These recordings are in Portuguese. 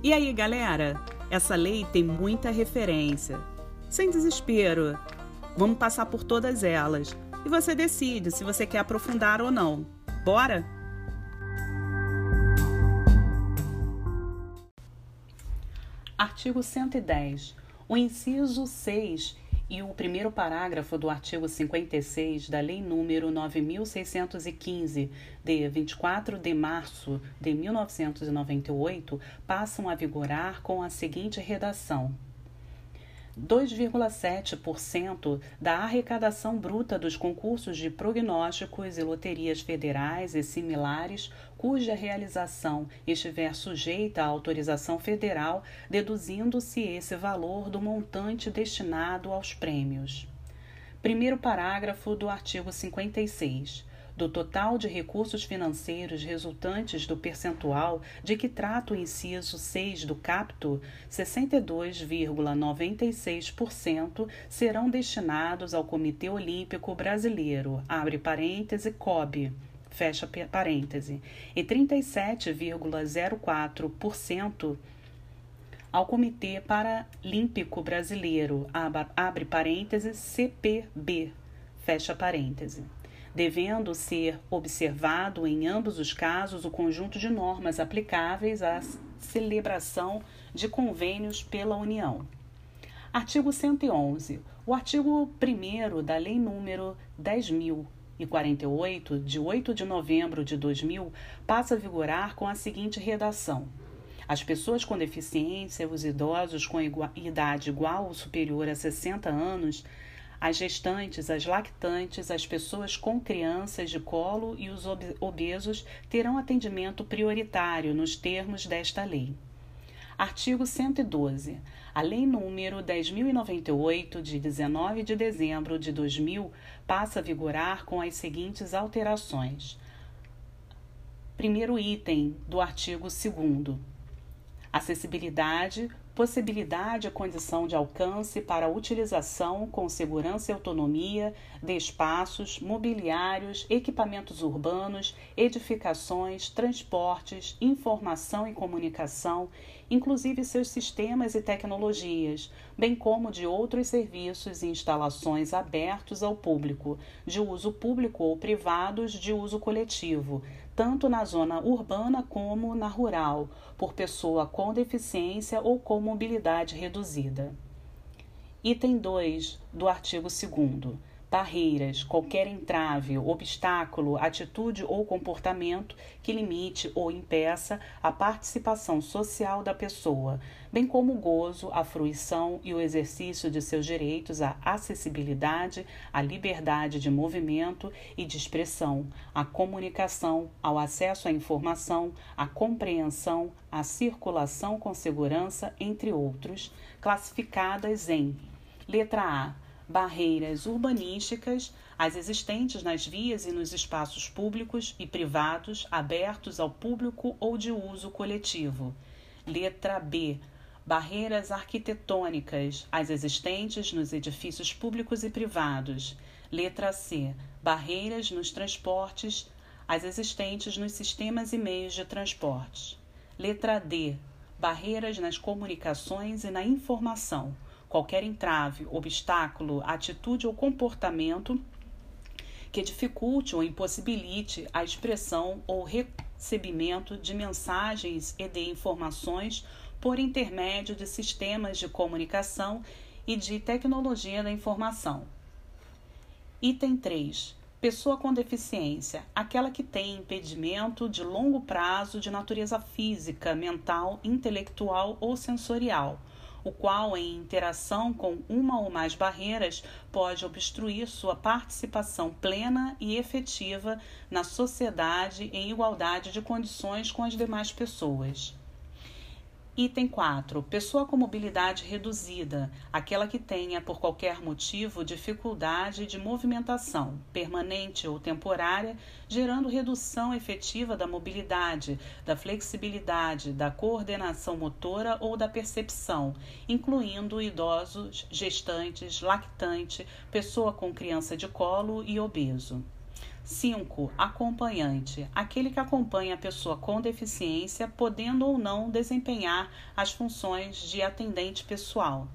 E aí, galera? Essa lei tem muita referência. Sem desespero, vamos passar por todas elas. E você decide se você quer aprofundar ou não. Bora? Artigo 110. O inciso 6 e o primeiro parágrafo do artigo 56 da Lei nº 9.615, de 24 de março de 1998, passam a vigorar com a seguinte redação: 2,7% da arrecadação bruta dos concursos de prognósticos e loterias federais e similares, cuja realização estiver sujeita à autorização federal, deduzindo-se esse valor do montante destinado aos prêmios. Primeiro parágrafo do artigo 56. Do total de recursos financeiros resultantes do percentual de que trata o inciso 6 do caput, 62,96% serão destinados ao Comitê Olímpico Brasileiro, abre parêntese, COB, fecha parêntese, e 37,04% ao Comitê Paralímpico Brasileiro, abre parêntese, CPB, fecha parêntese, devendo ser observado em ambos os casos o conjunto de normas aplicáveis à celebração de convênios pela União. Artigo 111. O artigo 1º da Lei nº 10.048, de 8 de novembro de 2000, passa a vigorar com a seguinte redação: as pessoas com deficiência, os idosos com idade igual ou superior a 60 anos, as gestantes, as lactantes, as pessoas com crianças de colo e os obesos terão atendimento prioritário nos termos desta lei. Artigo 112. A Lei nº 10.098, de 19 de dezembro de 2000, passa a vigorar com as seguintes alterações. Primeiro item do artigo 2º. Acessibilidade, possibilidade e condição de alcance para a utilização com segurança e autonomia de espaços, mobiliários, equipamentos urbanos, edificações, transportes, informação e comunicação, inclusive seus sistemas e tecnologias, bem como de outros serviços e instalações abertos ao público, de uso público ou privados de uso coletivo, tanto na zona urbana como na rural, por pessoa com deficiência ou com mobilidade reduzida. Item 2 do artigo 2º. Barreiras, qualquer entrave, obstáculo, atitude ou comportamento que limite ou impeça a participação social da pessoa, bem como o gozo, a fruição e o exercício de seus direitos à acessibilidade, à liberdade de movimento e de expressão, à comunicação, ao acesso à informação, à compreensão, à circulação com segurança, entre outros, classificadas em: letra A, barreiras urbanísticas, as existentes nas vias e nos espaços públicos e privados abertos ao público ou de uso coletivo. Letra B, barreiras arquitetônicas, as existentes nos edifícios públicos e privados. Letra C, barreiras nos transportes, as existentes nos sistemas e meios de transporte. Letra D, barreiras nas comunicações e na informação, qualquer entrave, obstáculo, atitude ou comportamento que dificulte ou impossibilite a expressão ou recebimento de mensagens e de informações por intermédio de sistemas de comunicação e de tecnologia da informação. Item 3. Pessoa com deficiência, aquela que tem impedimento de longo prazo de natureza física, mental, intelectual ou sensorial, o qual, em interação com uma ou mais barreiras, pode obstruir sua participação plena e efetiva na sociedade em igualdade de condições com as demais pessoas. Item 4. Pessoa com mobilidade reduzida, aquela que tenha, por qualquer motivo, dificuldade de movimentação, permanente ou temporária, gerando redução efetiva da mobilidade, da flexibilidade, da coordenação motora ou da percepção, incluindo idosos, gestantes, lactante, pessoa com criança de colo e obeso. 5. Acompanhante, aquele que acompanha a pessoa com deficiência, podendo ou não desempenhar as funções de atendente pessoal.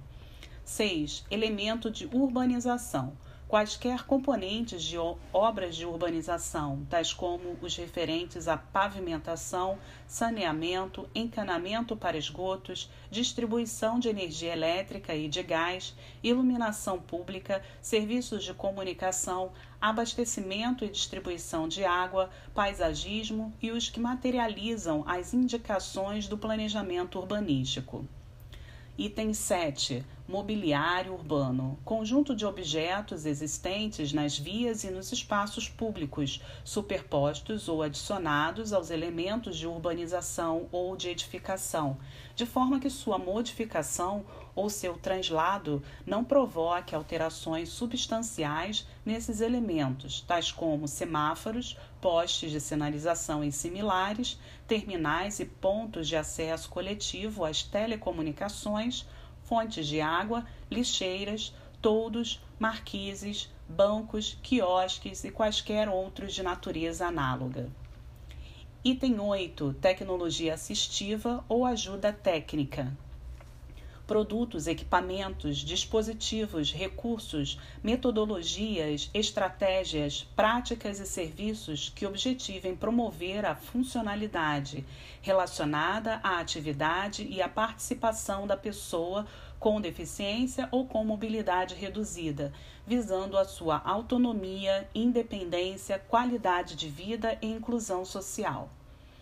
6. Elemento de urbanização, quaisquer componentes de obras de urbanização, tais como os referentes à pavimentação, saneamento, encanamento para esgotos, distribuição de energia elétrica e de gás, iluminação pública, serviços de comunicação, abastecimento e distribuição de água, paisagismo e os que materializam as indicações do planejamento urbanístico. Item 7. Mobiliário urbano. Conjunto de objetos existentes nas vias e nos espaços públicos, superpostos ou adicionados aos elementos de urbanização ou de edificação, de forma que sua modificação ou seu translado não provoque alterações substanciais nesses elementos, tais como semáforos, postes de sinalização e similares, terminais e pontos de acesso coletivo às telecomunicações, fontes de água, lixeiras, toldos, marquises, bancos, quiosques e quaisquer outros de natureza análoga. Item 8. Tecnologia assistiva ou ajuda técnica. Produtos, equipamentos, dispositivos, recursos, metodologias, estratégias, práticas e serviços que objetivem promover a funcionalidade relacionada à atividade e à participação da pessoa com deficiência ou com mobilidade reduzida, visando a sua autonomia, independência, qualidade de vida e inclusão social.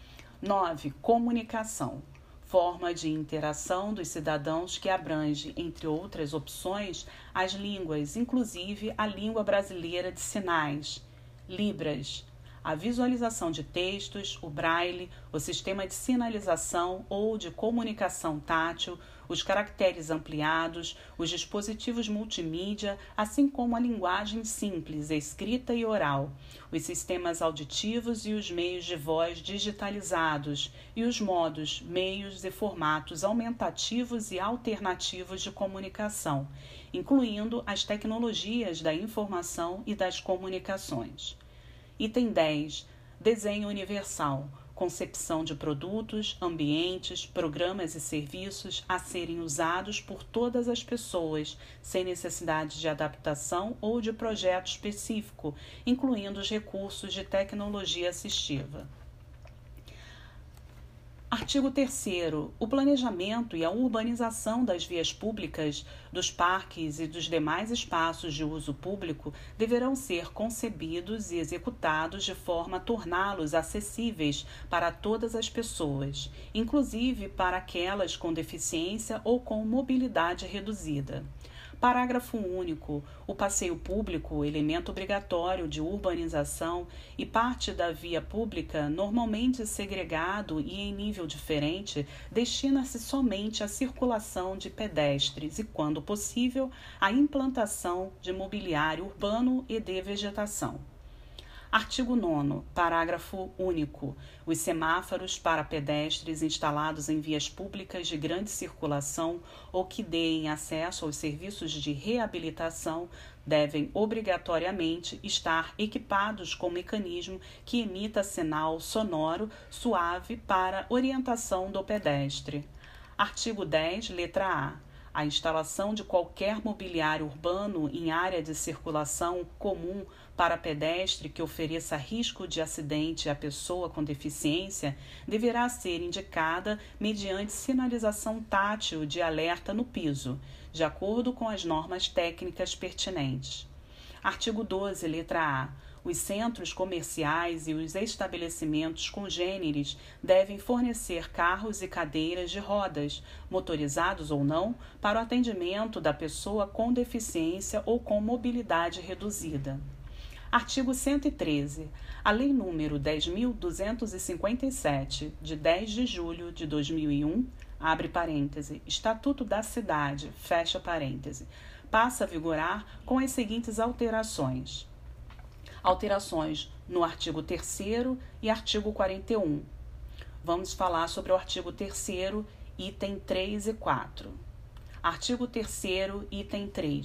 9. Comunicação. Forma de interação dos cidadãos que abrange, entre outras opções, as línguas, inclusive a língua brasileira de sinais, Libras, a visualização de textos, o braille, o sistema de sinalização ou de comunicação tátil, os caracteres ampliados, os dispositivos multimídia, assim como a linguagem simples, escrita e oral, os sistemas auditivos e os meios de voz digitalizados e os modos, meios e formatos aumentativos e alternativos de comunicação, incluindo as tecnologias da informação e das comunicações. Item 10. Desenho universal. Concepção de produtos, ambientes, programas e serviços a serem usados por todas as pessoas, sem necessidade de adaptação ou de projeto específico, incluindo os recursos de tecnologia assistiva. Artigo 3º. O planejamento e a urbanização das vias públicas, dos parques e dos demais espaços de uso público deverão ser concebidos e executados de forma a torná-los acessíveis para todas as pessoas, inclusive para aquelas com deficiência ou com mobilidade reduzida. Parágrafo único. O passeio público, elemento obrigatório de urbanização e parte da via pública, normalmente segregado e em nível diferente, destina-se somente à circulação de pedestres e, quando possível, à implantação de mobiliário urbano e de vegetação. Artigo 9º, parágrafo único. Os semáforos para pedestres instalados em vias públicas de grande circulação ou que deem acesso aos serviços de reabilitação devem obrigatoriamente estar equipados com mecanismo que emita sinal sonoro suave para orientação do pedestre. Artigo 10, letra A. A instalação de qualquer mobiliário urbano em área de circulação comum para pedestre que ofereça risco de acidente à pessoa com deficiência deverá ser indicada mediante sinalização tátil de alerta no piso, de acordo com as normas técnicas pertinentes. Artigo 12, letra A. Os centros comerciais e os estabelecimentos congêneres devem fornecer carros e cadeiras de rodas, motorizados ou não, para o atendimento da pessoa com deficiência ou com mobilidade reduzida. Artigo 113. A Lei nº 10.257, de 10 de julho de 2001, abre parêntese, Estatuto da Cidade, fecha parêntese, passa a vigorar com as seguintes alterações. Alterações no artigo 3º e artigo 41. Vamos falar sobre o artigo 3º, item 3 e 4. Artigo 3º, item 3.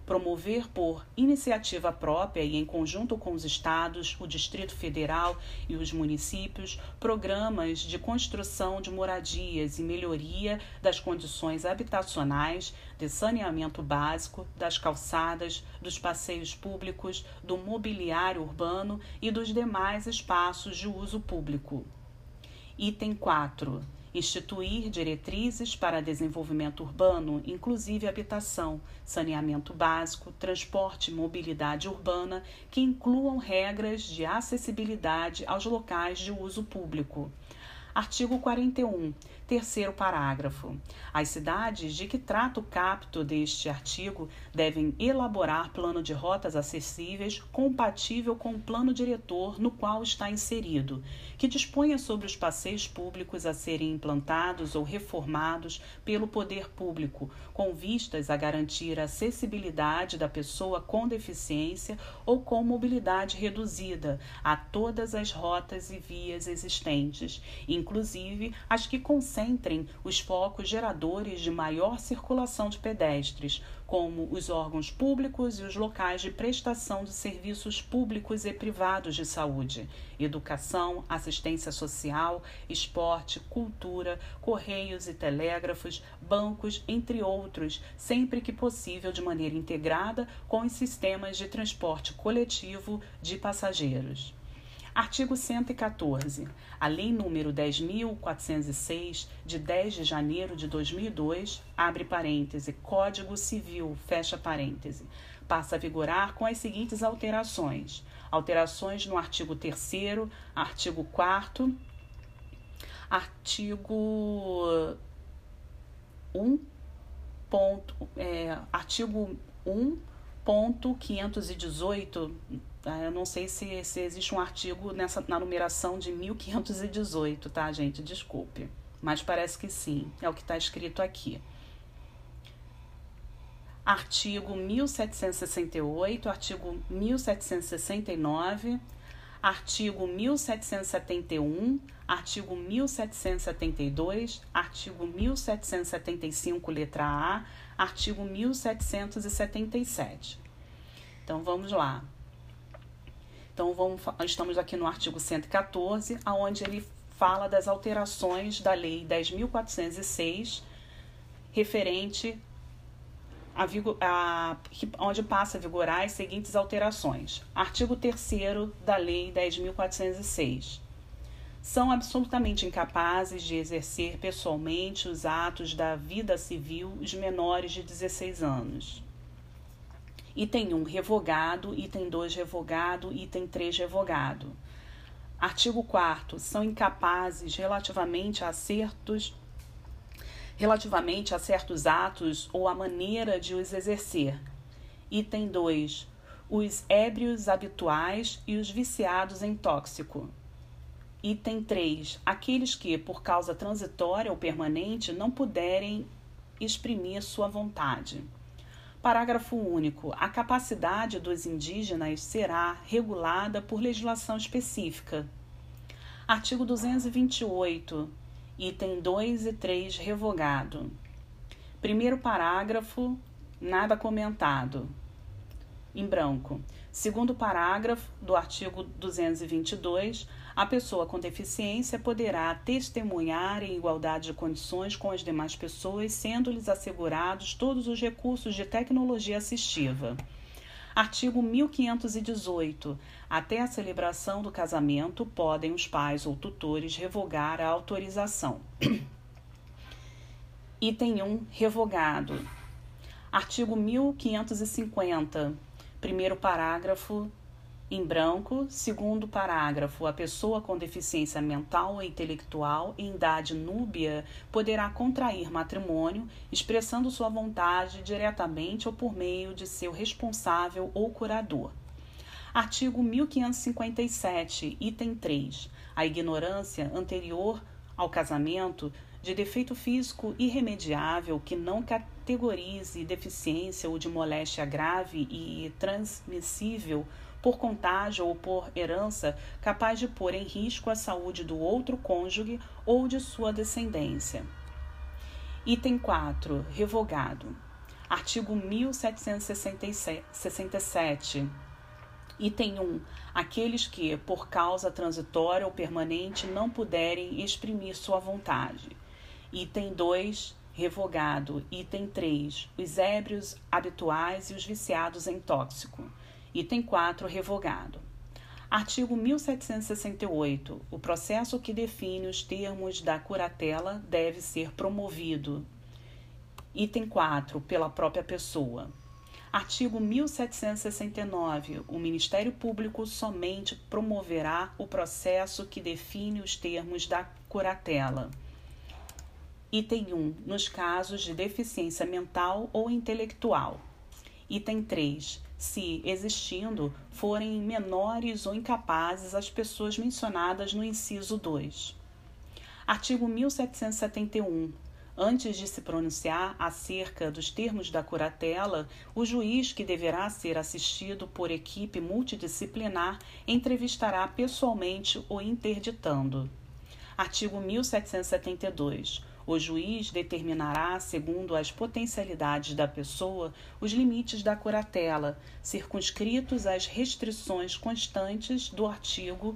promover por iniciativa própria e em conjunto com os estados, o Distrito Federal e os municípios, programas de construção de moradias e melhoria das condições habitacionais, de saneamento básico, das calçadas, dos passeios públicos, do mobiliário urbano e dos demais espaços de uso público. Item 4. Instituir diretrizes para desenvolvimento urbano, inclusive habitação, saneamento básico, transporte e mobilidade urbana, que incluam regras de acessibilidade aos locais de uso público. Artigo 41, terceiro parágrafo. As cidades de que trata o caput deste artigo devem elaborar plano de rotas acessíveis compatível com o plano diretor no qual está inserido, que disponha sobre os passeios públicos a serem implantados ou reformados pelo poder público, com vistas a garantir a acessibilidade da pessoa com deficiência ou com mobilidade reduzida a todas as rotas e vias existentes, inclusive as que concentrem os focos geradores de maior circulação de pedestres, como os órgãos públicos e os locais de prestação de serviços públicos e privados de saúde, educação, assistência social, esporte, cultura, correios e telégrafos, bancos, entre outros, sempre que possível de maneira integrada com os sistemas de transporte coletivo de passageiros. Artigo 114. A Lei nº 10.406, de 10 de janeiro de 2002, abre parêntese, Código Civil, fecha parêntese, passa a vigorar com as seguintes alterações. Alterações no artigo 3º, artigo 4º, artigo 1.518, eu não sei se existe um artigo na numeração de 1518, tá, gente? Desculpe. Mas parece que sim, é o que está escrito aqui. Artigo 1768, artigo 1769, artigo 1771, artigo 1772, artigo 1775, letra A, artigo 1777. Então, vamos lá. Então, estamos aqui no artigo 114, onde ele fala das alterações da Lei 10.406, referente onde passa a vigorar as seguintes alterações. Artigo 3º da Lei 10.406. São absolutamente incapazes de exercer pessoalmente os atos da vida civil os menores de 16 anos. Item 1, revogado. Item 2, revogado. Item 3, revogado. Artigo 4º. São incapazes relativamente a certos atos ou a maneira de os exercer. Item 2. Os ébrios habituais e os viciados em tóxico. Item 3. Aqueles que, por causa transitória ou permanente, não puderem exprimir sua vontade. Parágrafo único. A capacidade dos indígenas será regulada por legislação específica. Artigo 228, item 2 e 3, revogado. Primeiro parágrafo, nada comentado, em branco. Segundo parágrafo do artigo 222, a pessoa com deficiência poderá testemunhar em igualdade de condições com as demais pessoas, sendo-lhes assegurados todos os recursos de tecnologia assistiva. Artigo 1518. Até a celebração do casamento, podem os pais ou tutores revogar a autorização. Item 1. Revogado. Artigo 1550. Primeiro parágrafo, em branco. Segundo parágrafo, a pessoa com deficiência mental ou intelectual em idade núbia poderá contrair matrimônio, expressando sua vontade diretamente ou por meio de seu responsável ou curador. Artigo 1557, item 3. A ignorância anterior ao casamento de defeito físico irremediável que não categorize deficiência ou de moléstia grave e transmissível por contágio ou por herança, capaz de pôr em risco a saúde do outro cônjuge ou de sua descendência. Item 4. Revogado. Artigo 1767. Item 1. Aqueles que, por causa transitória ou permanente, não puderem exprimir sua vontade. Item 2. Revogado. Item 3. Os ébrios habituais e os viciados em tóxico. Item 4. Revogado. Artigo 1768. O processo que define os termos da curatela deve ser promovido. Item 4. Pela própria pessoa. Artigo 1769. O Ministério Público somente promoverá o processo que define os termos da curatela. Item 1. Nos casos de deficiência mental ou intelectual. Item 3. Se, existindo, forem menores ou incapazes as pessoas mencionadas no inciso 2. Artigo 1771. Antes de se pronunciar acerca dos termos da curatela, o juiz, que deverá ser assistido por equipe multidisciplinar, entrevistará pessoalmente o interditando. Artigo 1772. O juiz determinará, segundo as potencialidades da pessoa, os limites da curatela, circunscritos às restrições constantes do artigo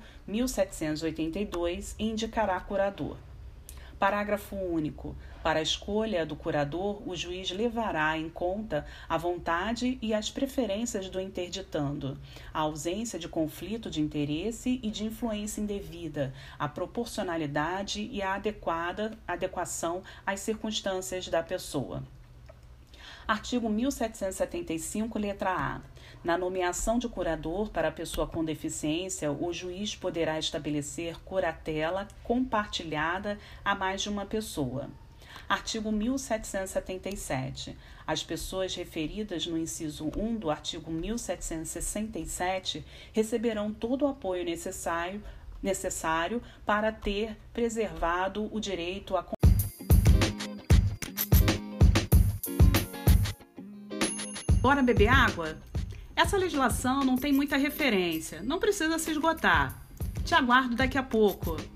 1782, e indicará curador. Parágrafo único. Para a escolha do curador, o juiz levará em conta a vontade e as preferências do interditando, a ausência de conflito de interesse e de influência indevida, a proporcionalidade e a adequação às circunstâncias da pessoa. Artigo 1775, letra A. Na nomeação de curador para a pessoa com deficiência, o juiz poderá estabelecer curatela compartilhada a mais de uma pessoa. Artigo 1777. As pessoas referidas no inciso 1 do artigo 1767 receberão todo o apoio necessário para ter preservado o direito a... Bora beber água? Essa legislação não tem muita referência, não precisa se esgotar. Te aguardo daqui a pouco.